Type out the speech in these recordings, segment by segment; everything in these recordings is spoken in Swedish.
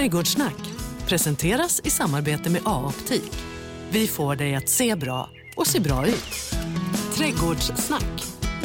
Trädgårdssnack presenteras i samarbete med A-optik. Vi får dig att se bra och se bra ut. Trädgårdssnack.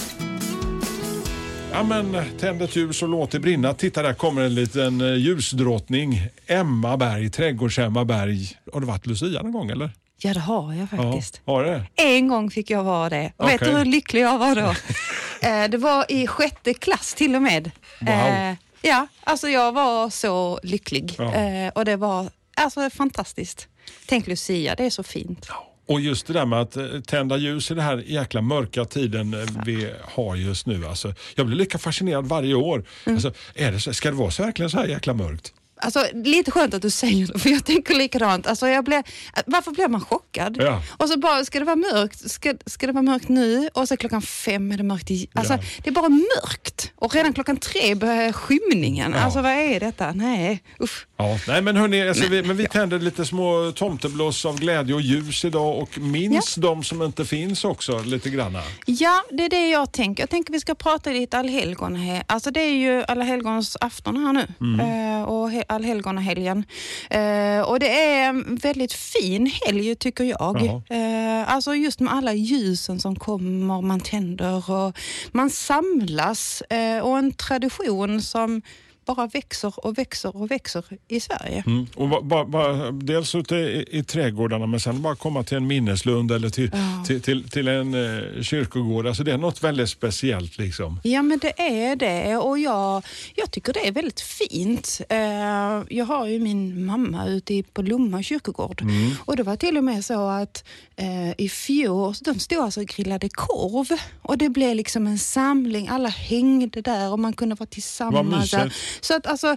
Ja, men tänd ett ljus och låt det brinna. Titta, där kommer en liten ljusdrottning. Emma Berg, Trädgårds-Emma Berg. Har du varit Lucia någon gång eller? Ja, det har jag faktiskt. Ja, har det? En gång fick jag vara det. Och vet du hur lycklig jag var då? Det var i 6:e klass till och med. Wow. Ja, alltså jag var så lycklig. Ja. Och det var alltså fantastiskt. Tänk Lucia, det är så fint. Och just det där med att tända ljus i den här jäkla mörka tiden vi har just nu. Alltså, jag blir lika fascinerad varje år. Alltså, ska det vara så verkligen så här jäkla mörkt? Alltså lite skönt att du säger det, för jag tänker likadant. Alltså varför blir man chockad? Ja. Och så bara, ska det vara mörkt? Ska det vara mörkt nu? Och så 5:00 är det mörkt. Alltså det är bara mörkt. Och redan 3:00 börjar skymningen. Ja. Alltså vad är detta? Nej, usch. Ja, nej men hörni, alltså, vi tänder lite små tomteblås av glädje och ljus idag och minns de som inte finns också lite granna. Ja, det är det jag tänker. Jag tänker vi ska prata lite allhelgon här. Alltså det är ju allhelgons afton här nu. Och allhelgonahelgen. Och det är en väldigt fin helg tycker jag. Alltså just med alla ljusen som kommer, man tänder och man samlas. Och en tradition som bara växer och växer och växer i Sverige. Och bara dels ute i trädgårdarna, men sen bara komma till en minneslund eller till en kyrkogård. Alltså det är något väldigt speciellt liksom. Ja, men det är det. Och jag tycker det är väldigt fint. Jag har ju min mamma ute på Lomma kyrkogård. Och det var till och med så att i fjol, de stod alltså och grillade korv. Och det blev liksom en samling. Alla hängde där och man kunde vara tillsammans. Så att alltså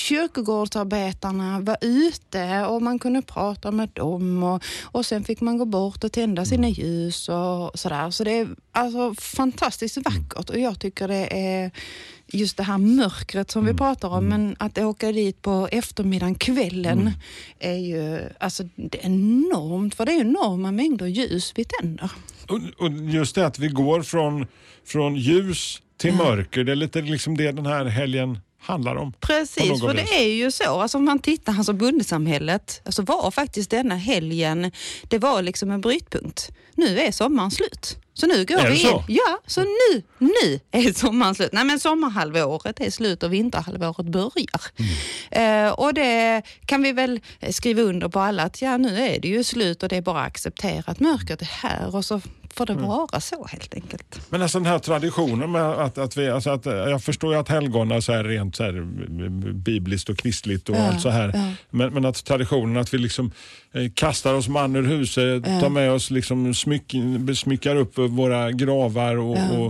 kyrkogårdsarbetarna var ute och man kunde prata med dem och sen fick man gå bort och tända sina ljus och sådär. Så det är alltså fantastiskt vackert och jag tycker det är just det här mörkret som vi pratar om, men att åka dit på eftermiddagen, kvällen är ju alltså det är enormt, för det är enorma mängder ljus vi tänder. Och just det att vi går från ljus till mörker, det är lite liksom det den här helgen handlar om. Precis, för det är ju så. Alltså om man tittar, alltså bondesamhället, alltså var faktiskt denna helgen, det var liksom en brytpunkt. Nu är sommaren slut. Så nu går vi in. Ja, så nu är sommaren slut. Nej, men sommarhalvåret är slut och vinterhalvåret börjar. Och det kan vi väl skriva under på alla att nu är det ju slut och det är bara accepterat mörkret är här och så får det vara så helt enkelt. Men alltså den här traditionen med att vi, alltså att jag förstår ju att helgona så här rent så här bibliskt och kristligt och allt så här. Ja. Men att traditionen att vi liksom kastar oss man ur huset, tar med oss liksom smyckar upp våra gravar och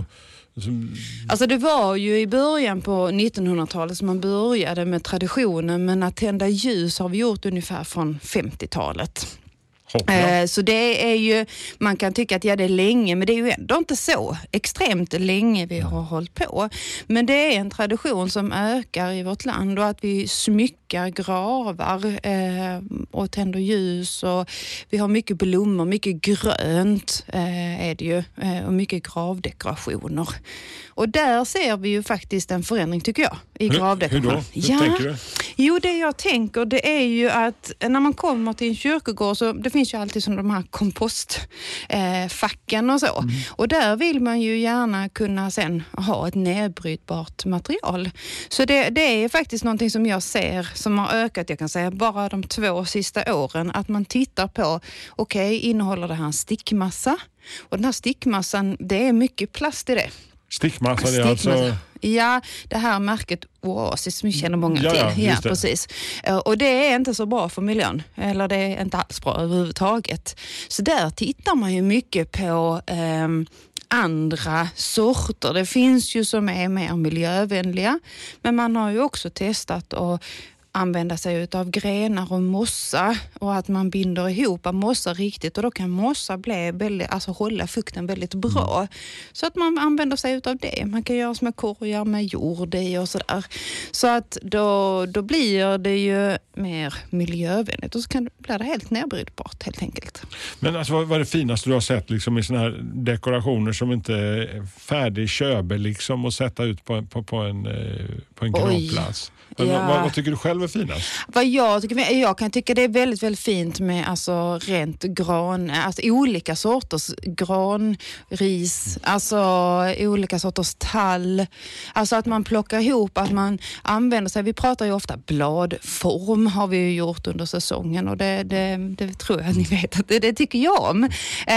alltså det var ju i början på 1900-talet som man började med traditionen, men att tända ljus har vi gjort ungefär från 50-talet. Så det är ju, man kan tycka att det är länge, men det är ju ändå inte så extremt länge vi har hållit på. Men det är en tradition som ökar i vårt land och att vi smyckar gravar och tänder ljus och vi har mycket blommor, mycket grönt är det ju och mycket gravdekorationer. Och där ser vi ju faktiskt en förändring tycker jag i gravdekorationen. Hur då? Hur tänker du? Jo, det jag tänker det är ju att när man kommer till en kyrkogård så det finns ju alltid som de här kompostfacken och så. Och där vill man ju gärna kunna sen ha ett nedbrytbart material. Så det är faktiskt någonting som jag ser som har ökat, jag kan säga bara de 2 sista åren, att man tittar på, innehåller det här en stickmassa? Och den här stickmassan, det är mycket plast i det. Stickmassa, det är alltså... Ja, det här märket Oasis som vi känner många till. Ja, precis. Och det är inte så bra för miljön. Eller det är inte alls bra överhuvudtaget. Så där tittar man ju mycket på andra sorter. Det finns ju som är mer miljövänliga. Men man har ju också testat att använda sig av grenar och mossa och att man binder ihop mossa riktigt och då kan mossa bli väldigt, alltså hålla fukten väldigt bra. Så att man använder sig av det. Man kan göra små korgar med jord i och sådär. Så att då blir det ju mer miljövänligt och så blir det helt nedbrytbart helt enkelt. Men alltså, vad är det finaste du har sett liksom, i såna här dekorationer som inte är färdig köbe liksom, och sätta ut på en gravplats? Vad tycker du själv är finast? Jag kan tycka det är väldigt, väldigt fint med alltså, rent gran, alltså olika sorters granris, alltså olika sorters tall. Alltså att man plockar ihop, att man använder sig, vi pratar ju ofta bladform har vi ju gjort under säsongen och det tror jag att ni vet att det tycker jag om.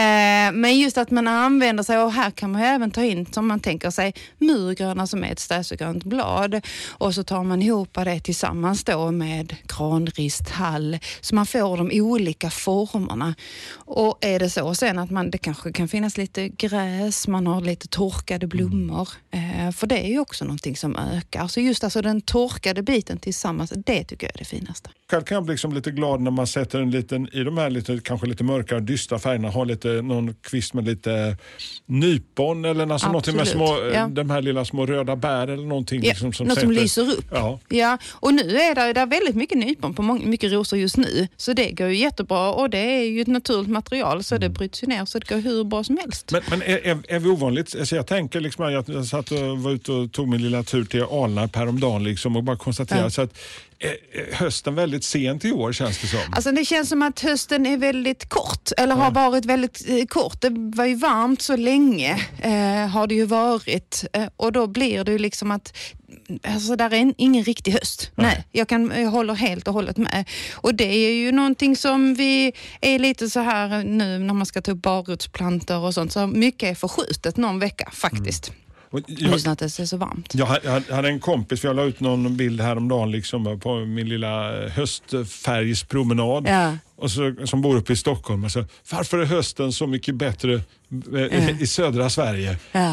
Men just att man använder sig, och här kan man ju även ta in, som man tänker sig, murgröna som är ett städsegrönt blad och så tar man ihop det tillsammans då med granristall så man får de olika formerna. Och är det så sen att det kanske kan finnas lite gräs, man har lite torkade blommor, för det är ju också någonting som ökar. Så just alltså den torkade biten tillsammans, det tycker jag är det finaste. Själv kan jag bli liksom lite glad när man sätter en liten, i de här kanske lite mörkare, dystra färgerna, har någon kvist med lite nypon eller alltså någonting med de här lilla små röda bär eller någonting. Ja, liksom, något som lyser upp. Ja, och nu är det väldigt mycket nypon på mycket rosor just nu. Så det går ju jättebra och det är ju ett naturligt material så det bryts ju ner så det går hur bra som helst. Men är vi ovanligt? Alltså jag tänker liksom att jag satt och var ute och tog min lilla tur till Alnarp häromdagen liksom och bara konstaterade så att hösten väldigt sent i år känns det som. Alltså det känns som att hösten är väldigt kort eller har varit väldigt kort. Det var ju varmt så länge har det ju varit och då blir det ju liksom att alltså där är ingen riktig höst. Nej, jag håller helt och hållet med. Och det är ju någonting som vi är lite så här nu när man ska ta upp barrotsplantor och sånt så mycket är förskjutet någon vecka faktiskt. Just att det är så varmt. Jag hade en kompis, för jag la ut någon bild häromdagen liksom, på min lilla höstfärgspromenad och som bor uppe i Stockholm. Alltså, varför är hösten så mycket bättre i södra Sverige?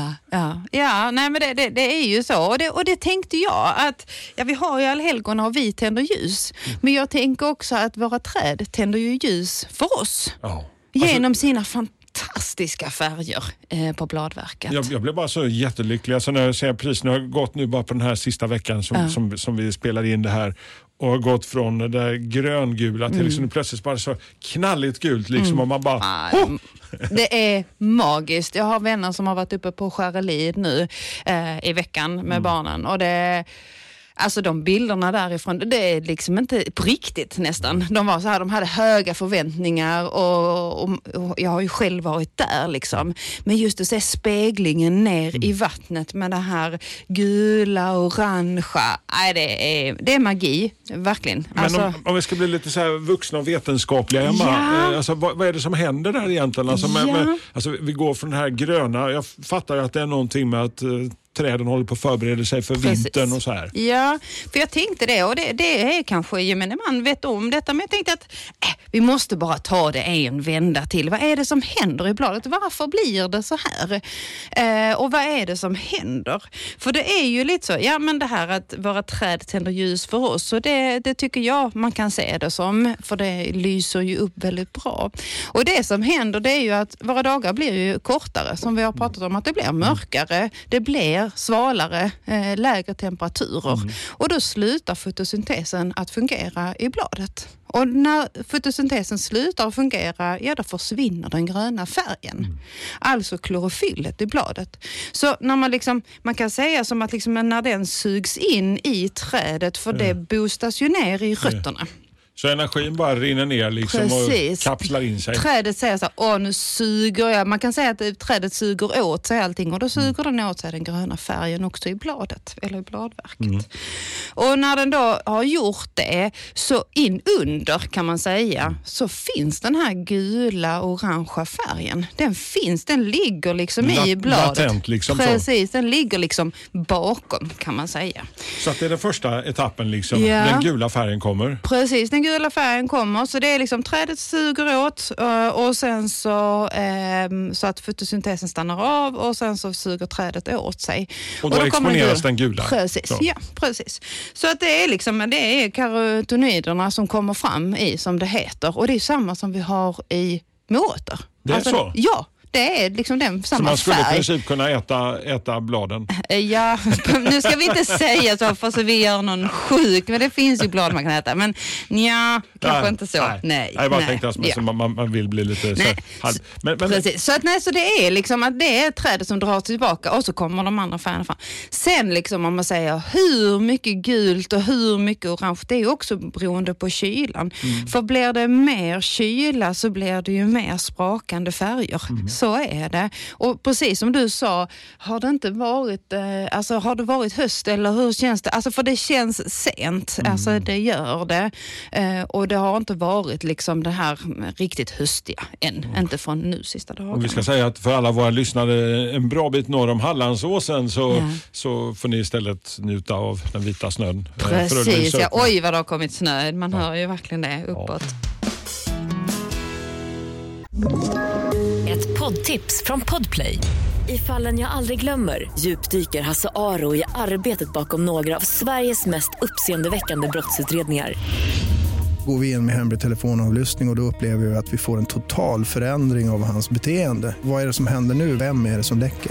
Ja, nej men det är ju så. Och det tänkte jag att vi har ju allhelgona och vi tänder ljus. Men jag tänker också att våra träd tänder ju ljus för oss. Genom sina fantastiska färger på bladverket. Jag blev bara så jättelycklig. Alltså när jag ser priserna har gått nu bara på den här sista veckan som vi spelar in det här och har gått från det där gröngula till liksom plötsligt bara så knalligt gult liksom och man bara det är magiskt. Jag har vänner som har varit uppe på Skärelid nu i veckan med barnen och alltså de bilderna därifrån, det är liksom inte på riktigt nästan. De var så här, de hade höga förväntningar och jag har ju själv varit där liksom. Men just att se speglingen ner i vattnet med det här gula, orangea, det är magi, verkligen. Men alltså, om vi ska bli lite så här vuxna och vetenskapliga, Emma, alltså, vad är det som händer där egentligen? Alltså, alltså, vi går från det här gröna, jag fattar ju att det är någonting med att träden håller på att förbereda sig för vintern och så här. Ja, för jag tänkte det och det är kanske gemene man vet om detta, men jag tänkte att vi måste bara ta det en vända till. Vad är det som händer i bladet? Varför blir det så här? Och vad är det som händer? För det är ju lite så, men det här att våra träd tänder ljus för oss, så det tycker jag man kan se det som, för det lyser ju upp väldigt bra. Och det som händer, det är ju att våra dagar blir ju kortare, som vi har pratat om, att det blir mörkare, det blir svalare, lägre temperaturer. Och då slutar fotosyntesen att fungera i bladet. Och när fotosyntesen slutar att fungera, då försvinner den gröna färgen. Alltså klorofyllet i bladet. Så när man kan säga som att när den sugs in i trädet, för det boostas ju ner i rötterna. Så energin bara rinner ner liksom och kapslar in sig. Trädet säger så här, nu suger jag. Man kan säga att trädet suger åt sig allting och då suger den åt sig den gröna färgen också i bladet eller i bladverket. Och när den då har gjort det, så in under kan man säga, så finns den här gula orangea färgen. Den ligger liksom i bladet. Latent liksom. Precis, den ligger liksom bakom kan man säga. Så att det är den första etappen liksom. Den gula färgen kommer. Precis, den gula färgen kommer, så det är liksom trädet suger åt och sen så att fotosyntesen stannar av och sen så suger trädet åt sig. Och då exponeras den gula. Precis, precis. Så att det är karotenoiderna som kommer fram i, som det heter, och det är samma som vi har i morötter. Det är så? Ja. det är liksom den samma färg. Så man skulle i princip kunna äta bladen? Ja, nu ska vi inte säga så för så vi gör någon sjuk, men det finns ju blad man kan äta. Men ja, kanske inte så. Nej. Jag bara tänkte att man vill bli lite så halv. Men, precis, så det är liksom att det är trädet som drar tillbaka och så kommer de andra färgerna fram. Sen liksom om man säger hur mycket gult och hur mycket orange, det är ju också beroende på kylan. För blir det mer kyla så blir det ju mer sprakande färger. Så är det. Och precis som du sa, har det inte varit har det varit höst eller hur känns det? Alltså för det känns sent. Alltså det gör det. Och det har inte varit liksom det här riktigt höstiga än. Inte från nu sista dagen. Och vi ska säga att för alla våra lyssnare en bra bit norr om Hallandsåsen så får ni istället njuta av den vita snön. Precis, ja. Oj vad det har kommit snö. Man hör ju verkligen det uppåt. Ett poddtips från Podplay. I Fallen jag aldrig glömmer djupdyker Hasse Aro i arbetet bakom några av Sveriges mest uppseendeväckande brottsutredningar. Går vi in med hemlig telefonavlyssning och då upplever vi att vi får en total förändring av hans beteende. Vad är det som händer nu? Vem är det som läcker?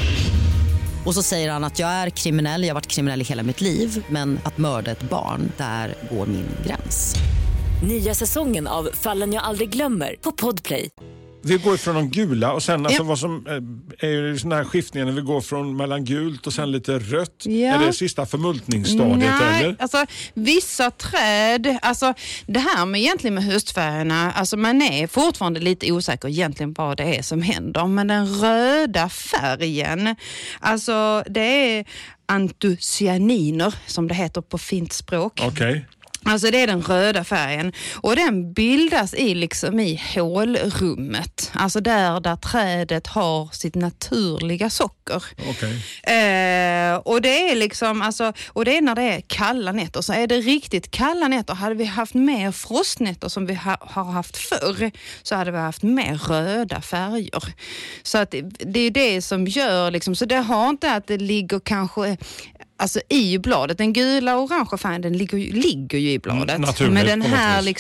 Och så säger han att jag är kriminell, jag har varit kriminell i hela mitt liv. Men att mörda ett barn, där går min gräns. Nya säsongen av Fallen jag aldrig glömmer på Podplay. Vi går från de gula och sen vad som är ju såna här skiftningar när vi går från mellan gult och sen lite rött. Ja. Är det sista förmultningsstadiet? Nej, eller? Alltså vissa träd, alltså det här med egentligen med höstfärgerna, alltså man är fortfarande lite osäker egentligen vad det är som händer. Men den röda färgen, alltså det är antocyaniner som det heter på fint språk. Okej. Alltså det är den röda färgen och den bildas i hålrummet. Alltså där trädet har sitt naturliga socker. Okay. Och det är och det är när det är kalla nätter. Så är det riktigt kalla nätter, hade vi haft mer frostnätter som vi har haft förr, så hade vi haft mer röda färger. Så att det är det som gör så det har inte att det ligger kanske i bladet. Den gula och orange färgen, den ligger ju i bladet. Men den här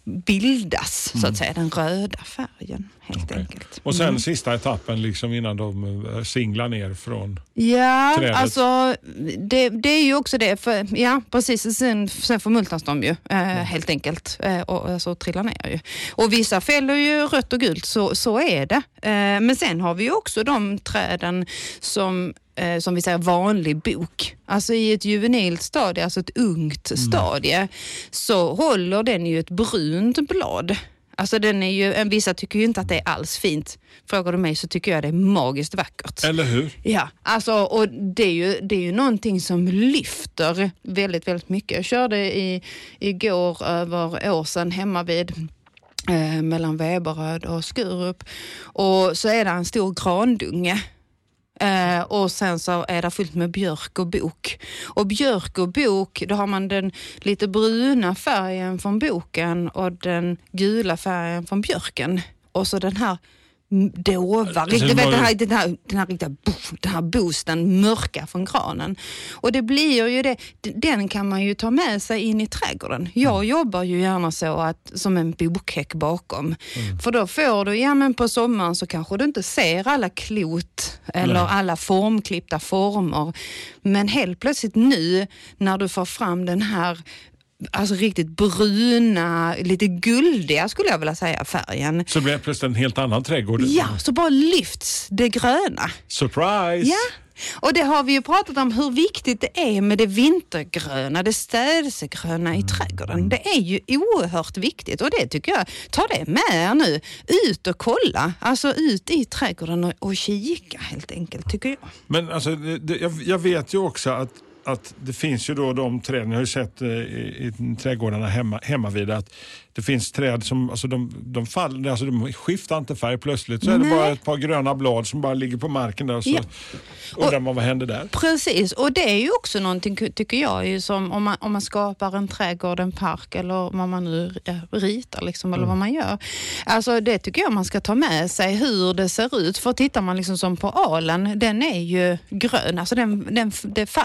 bildas, så att säga, den röda färgen, helt enkelt. Och sen sista etappen innan de singlar ner från trädet. Alltså det är ju också det. Precis. Sen förmultnas de ju, helt enkelt. Och så trillar ner ju. Och vissa fäller ju rött och gult, så är det. Men sen har vi ju också de träden som vi säger vanlig bok. Alltså i ett juvenilt stadie, alltså ett ungt stadie, så håller den ju ett brunt blad. Alltså den är ju, vissa tycker ju inte att det är alls fint. Frågar du mig så tycker jag det är magiskt vackert. Eller hur? Ja, alltså och det är ju någonting som lyfter väldigt, väldigt mycket. Jag körde igår över Åsen hemma vid mellan Veberöd och Skurup. Och så är det en stor grandunge. Och sen så är det fullt med björk och bok. Och björk och bok, då har man den lite bruna färgen från boken och den gula färgen från björken. Och så den här dova, den här boosten mörka från granen. Och det blir ju det, den kan man ju ta med sig in i trädgården. Jag jobbar ju gärna så som en bokhäck bakom. För då får du, på sommaren så kanske du inte ser alla klot eller alla formklippta former. Men helt plötsligt nu när du får fram den här riktigt bruna, lite guldiga skulle jag vilja säga färgen. Så blir det plötsligt en helt annan trädgård. Ja, så bara lyfts det gröna. Surprise! Ja, och det har vi ju pratat om hur viktigt det är med det vintergröna, det städelsegröna i trädgården. Det är ju oerhört viktigt och det tycker jag, ta det med er nu. Ut och kolla, ut i trädgården och kika helt enkelt tycker jag. Men jag vet ju också att det finns ju då de träden, jag har ju sett i trädgårdarna hemma vid att det finns träd som, de faller, de skiftar inte färg plötsligt. Så är det bara ett par gröna blad som bara ligger på marken där och så undrar man vad händer där. Precis, och det är ju också någonting tycker jag ju som om man skapar en trädgård, en park eller vad man nu ritar eller vad man gör. Alltså det tycker jag man ska ta med sig hur det ser ut. För tittar man som på alen, den är ju grön, det faller ju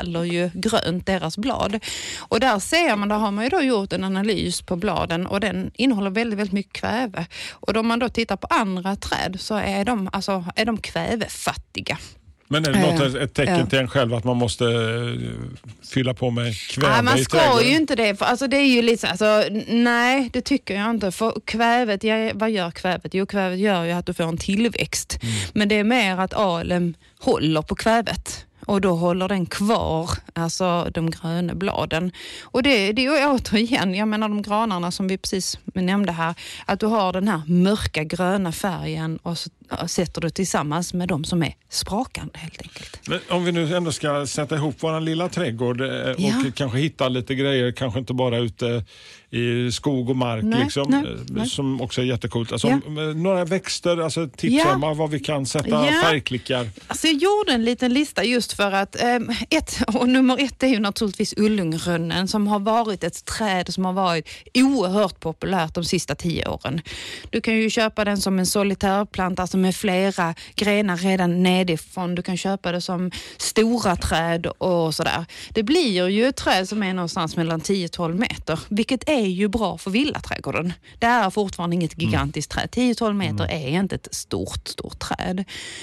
ju grönt, deras blad. Och där ser man, där har man ju då gjort en analys på bladen och den innehåller väldigt, väldigt mycket kväve. Och om man då tittar på andra träd så är de kvävefattiga. Men är det något ett tecken till en själv att man måste fylla på med kväve i man ska trädgården? ju inte det. För, alltså, det är ju lite nej, det tycker jag inte. För kvävet, vad gör kvävet? Jo, kvävet gör ju att du får en tillväxt. Men det är mer att alen håller på kvävet. Och då håller den kvar, alltså de gröna bladen. Och det är ju återigen, jag menar de granarna som vi precis nämnde här, att du har den här mörka gröna färgen och så sätter du tillsammans med de som är sprakande helt enkelt. Men om vi nu ändå ska sätta ihop vår lilla trädgård och kanske hitta lite grejer, kanske inte bara ute i skog och mark nej. Som också är jättecoolt. Alltså, några växter, alltså tips om vad vi kan sätta färgklickar. Alltså jag gjorde en liten lista just för att nummer 1 är ju naturligtvis ullungrönnen som har varit ett träd som har varit oerhört populärt de sista 10 åren. Du kan ju köpa den som en solitärplanta, alltså med flera grenar redan nedifrån. Du kan köpa det som stora träd och sådär. Det blir ju ett träd som är någonstans mellan 10-12 meter, vilket är ju bra för villaträdgården. Det är fortfarande inget gigantiskt träd. 10-12 meter är inte ett stort träd.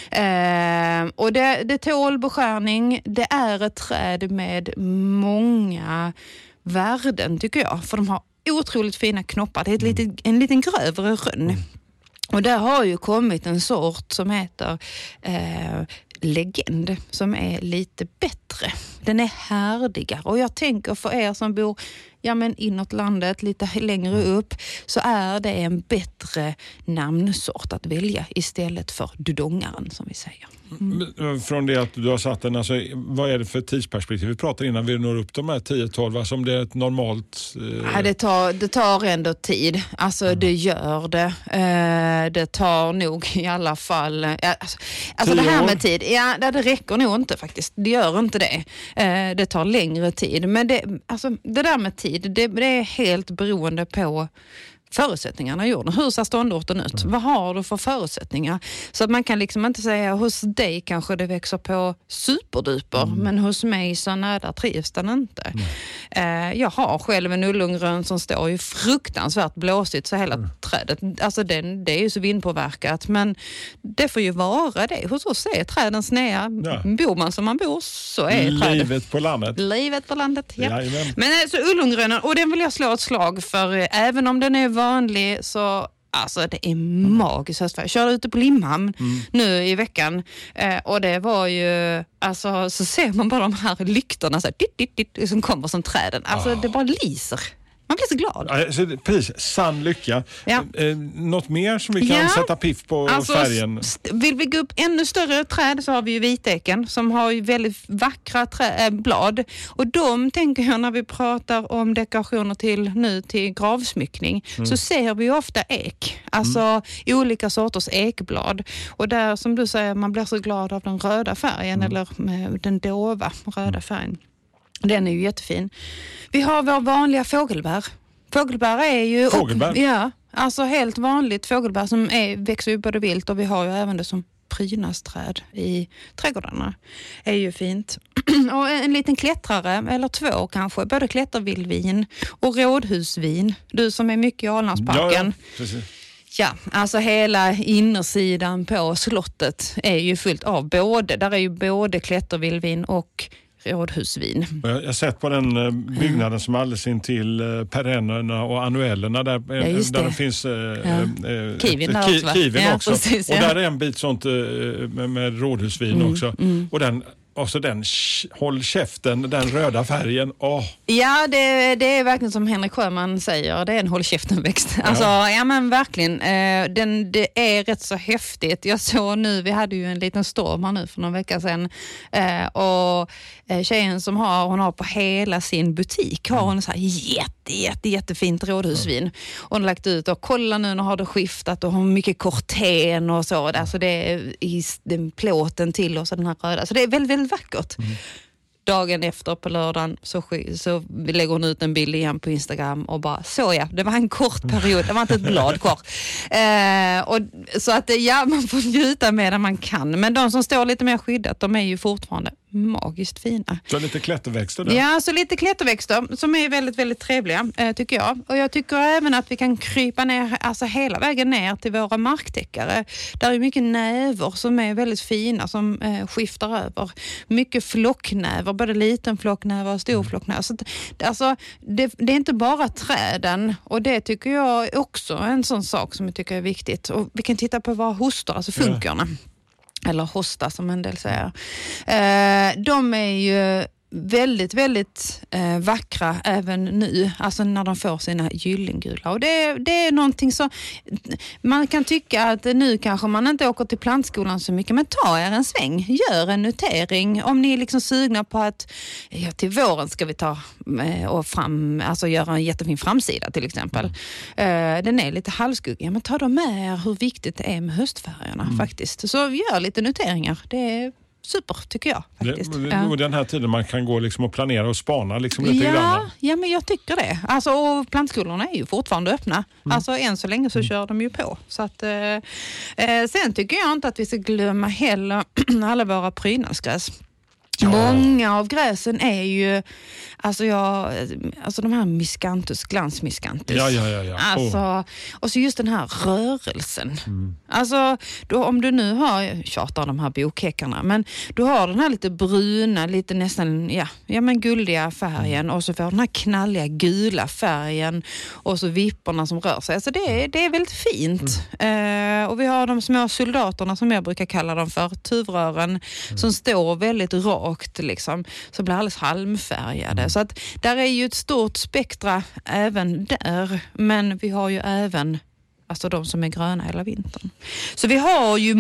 Och det tål beskärning. Det är ett träd med många värden tycker jag. För de har otroligt fina knoppar. Det är en liten grövre rönn. Och där har ju kommit en sort som heter legend som är lite bättre. Den är härdigare och jag tänker för er som bor inåt landet lite längre upp så är det en bättre namnsort att välja istället för dudongaren som vi säger. Från det att du har satt den, alltså, vad är det för tidsperspektiv? Vi pratar innan vi når upp de här 10-12, alltså om det är ett normalt... Ja, det tar ändå tid. Alltså det gör det. Det tar nog i alla fall... Alltså det här med tid, det räcker nog inte faktiskt. Det gör inte det. Det tar längre tid. Men det där med tid, det är helt beroende på förutsättningarna i jorden. Hur ser ståndorten ut? Vad har du för förutsättningar? Så att man kan liksom inte säga hos dig kanske det växer på superduper men hos mig så där trivs den inte. Jag har själv en ullungrön som står ju fruktansvärt blåsigt så hela trädet. Alltså det är ju så vindpåverkat men det får ju vara det. Hos oss är träden snea. Bor man som man bor så är trädet. Livet på landet. Livet på landet, ja. Jajamän. Men alltså ullungrönen, och den vill jag slå ett slag för även om den är vanlig så alltså det är magiskt. Jag körde ute på Limhamn nu i veckan och det var ju alltså så ser man bara de här lyktorna så här, som kommer som träden. Alltså det bara lyser. Man blir så glad. Alltså, precis, sann lycka. Något mer som vi kan sätta piff på färgen? Vill vi gå upp ännu större träd så har vi ju viteken som har ju väldigt vackra blad. Och de tänker jag när vi pratar om dekorationer till gravsmyckning så ser vi ju ofta ek. Alltså olika sorters ekblad. Och där som du säger man blir så glad av den röda färgen eller med den dova röda färgen. Den är ju jättefin. Vi har vår vanliga fågelbär. Fågelbär är ju... Fågelbär? Alltså helt vanligt fågelbär som växer ju både vilt och vi har ju även det som prydnadsträd i trädgårdarna. Är ju fint. Och en liten klättrare, eller 2 kanske, både klättervildvin och rådhusvin. Du som är mycket i Alnarpsparken. Ja, precis. Ja, alltså hela innersidan på slottet är ju fullt av där är ju både klättervildvin och rådhusvin. Jag har sett på den byggnaden som alldeles in till perennerna och annuellerna där det finns kivin också. Precis, och där är en bit sånt med rådhusvin också. Och den håll käften, den röda färgen. Ja, det är verkligen som Henrik Sjöman säger. Det är en håll käften-växt. Alltså, men verkligen. Det är rätt så häftigt. Jag såg nu, vi hade ju en liten storm här nu för någon vecka sedan. Och tjejen som hon har på hela sin butik har hon så här jättefint rådhusvin. Och hon har lagt ut och kolla nu har det skiftat och har mycket korten och så. Alltså det är i den plåten till och så den här röda. Så det är väldigt, väldigt vackert. Dagen efter på lördagen så lägger hon ut en bild igen på Instagram och bara det var en kort period, det var inte ett blad kvar. Och så att man får njuta med det man kan. Men de som står lite mer skyddat, de är ju fortfarande magiskt fina. Så lite klätterväxter där? Ja, så lite klätterväxter som är väldigt, väldigt trevliga tycker jag. Och jag tycker även att vi kan krypa ner, alltså hela vägen ner till våra marktäckare. Där är mycket näver som är väldigt fina som skiftar över. Mycket flocknäver, både liten flocknäver och stor flocknäver. Så alltså, det är inte bara träden, och det tycker jag är också en sån sak som jag tycker är viktigt. Och vi kan titta på våra hostar, alltså funkarna. Eller hosta som en del säger. De är ju väldigt, väldigt vackra även nu. Alltså när de får sina gyllengula. Och det är någonting så... Man kan tycka att nu kanske man inte åker till plantskolan så mycket. Men ta er en sväng. Gör en notering. Om ni är liksom sugna på att till våren ska vi ta och alltså göra en jättefin framsida till exempel. Den är lite halvskuggig. Men ta då med er hur viktigt det är med höstfärgerna faktiskt. Så gör lite noteringar. Det är super, tycker jag faktiskt. Det är den här tiden man kan gå liksom och planera och spana liksom lite grann. Ja, men jag tycker det. Alltså, och plantskolorna är ju fortfarande öppna. Alltså än så länge så kör de ju på. Så att, sen tycker jag inte att vi ska glömma heller alla våra prydnadsgräs. Ja. Många av gräsen är ju alltså de här miscanthus, glansmiscanthus. Ja. Alltså, och så just den här rörelsen. Alltså om du nu har tjatar de här bokhäckarna, men du har den här lite bruna, lite nästan men guldiga färgen, och så får den här knalliga gula färgen och så vipporna som rör sig. Alltså det är väldigt fint. Och vi har de små soldaterna som jag brukar kalla dem för, tuvrören, som står väldigt rakt liksom, så blir alldeles halmfärgade. Så att där är ju ett stort spektra även där, men vi har ju även alltså de som är gröna hela vintern. Så vi har ju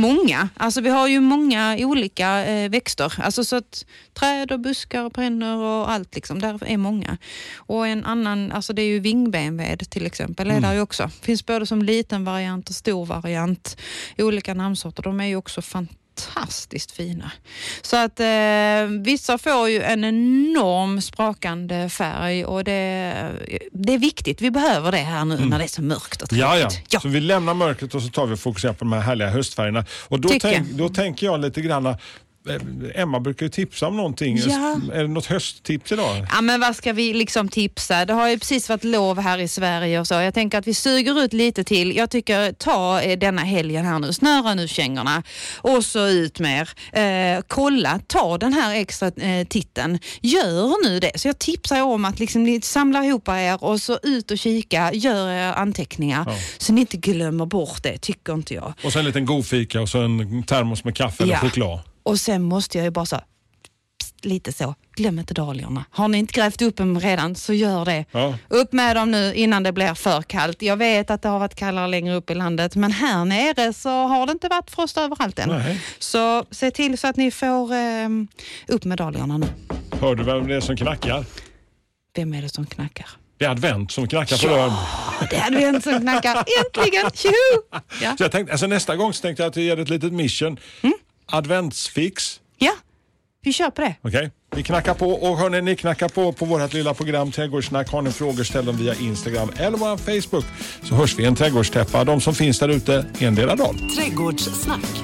många olika växter. Alltså så att träd och buskar och brännor och allt liksom, där är många. Och en annan, alltså det är ju vingbenved till exempel, är där ju också. Finns både som liten variant och stor variant. Olika namnsorter, de är ju också fantastiskt fina. Så att vissa får ju en enorm sprakande färg, och det är viktigt. Vi behöver det här nu när det är så mörkt och trevligt. Ja. Så vi lämnar mörkret och så tar vi och fokuserar på de här härliga höstfärgerna. Och då tänker jag lite grann, Emma brukar ju tipsa om någonting. Ja. Är det något hösttips idag? Ja, men vad ska vi liksom tipsa? Det har ju precis varit lov här i Sverige och så. Jag tänker att vi suger ut lite till. Jag tycker ta denna helgen här nu. Snöra nu kängorna. Och så ut med kolla, ta den här extra titeln. Gör nu det. Så jag tipsar om att liksom, ni samlar ihop er och så ut och kika. Gör era anteckningar. Ja. Så ni inte glömmer bort det, tycker inte jag. Och så en liten god fika och så en termos med kaffe eller choklad. Och sen måste jag ju bara lite så, glöm inte dahliorna. Har ni inte grävt upp dem redan så gör det. Ja. Upp med dem nu innan det blir för kallt. Jag vet att det har varit kallare längre upp i landet, men här nere så har det inte varit frost överallt än. Nej. Så se till så att ni får upp med dahliorna nu. Hör du vem det är som knackar? Vem är det som knackar? Det är advent som knackar på dörren. Det är advent som knackar. Äntligen! Tjoho! Ja. Så jag tänkte, alltså nästa gång så tänkte jag att vi ger ett litet mission. Adventsfix. Ja, vi kör på det. Okej. Vi knackar på, och hörni, ni knackar på vårt lilla program Trädgårdssnack. Har ni frågor, ställ dem via Instagram eller vår Facebook, så hörs vi i en trädgårdstäppa. De som finns där ute, endera dag. Trädgårdssnack.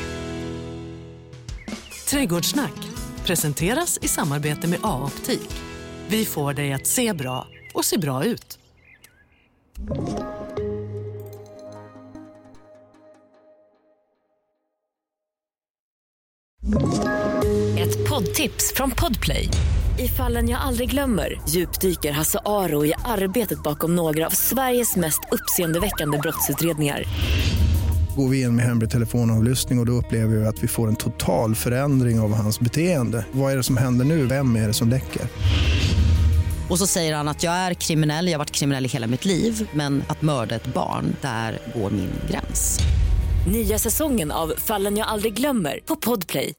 Trädgårdssnack presenteras i samarbete med A-optik. Vi får dig att se bra och se bra ut. Ett poddtips från Podplay. I Fallen jag aldrig glömmer djupdyker Hasse Aro i arbetet bakom några av Sveriges mest uppseendeväckande brottsutredningar. Går vi in med hemlig telefonavlyssning och då upplever vi att vi får en total förändring av hans beteende. Vad är det som händer nu? Vem är det som läcker? Och så säger han att jag är kriminell, jag har varit kriminell i hela mitt liv. Men att mörda ett barn, där går min gräns. Nya säsongen av Fallen jag aldrig glömmer på Podplay.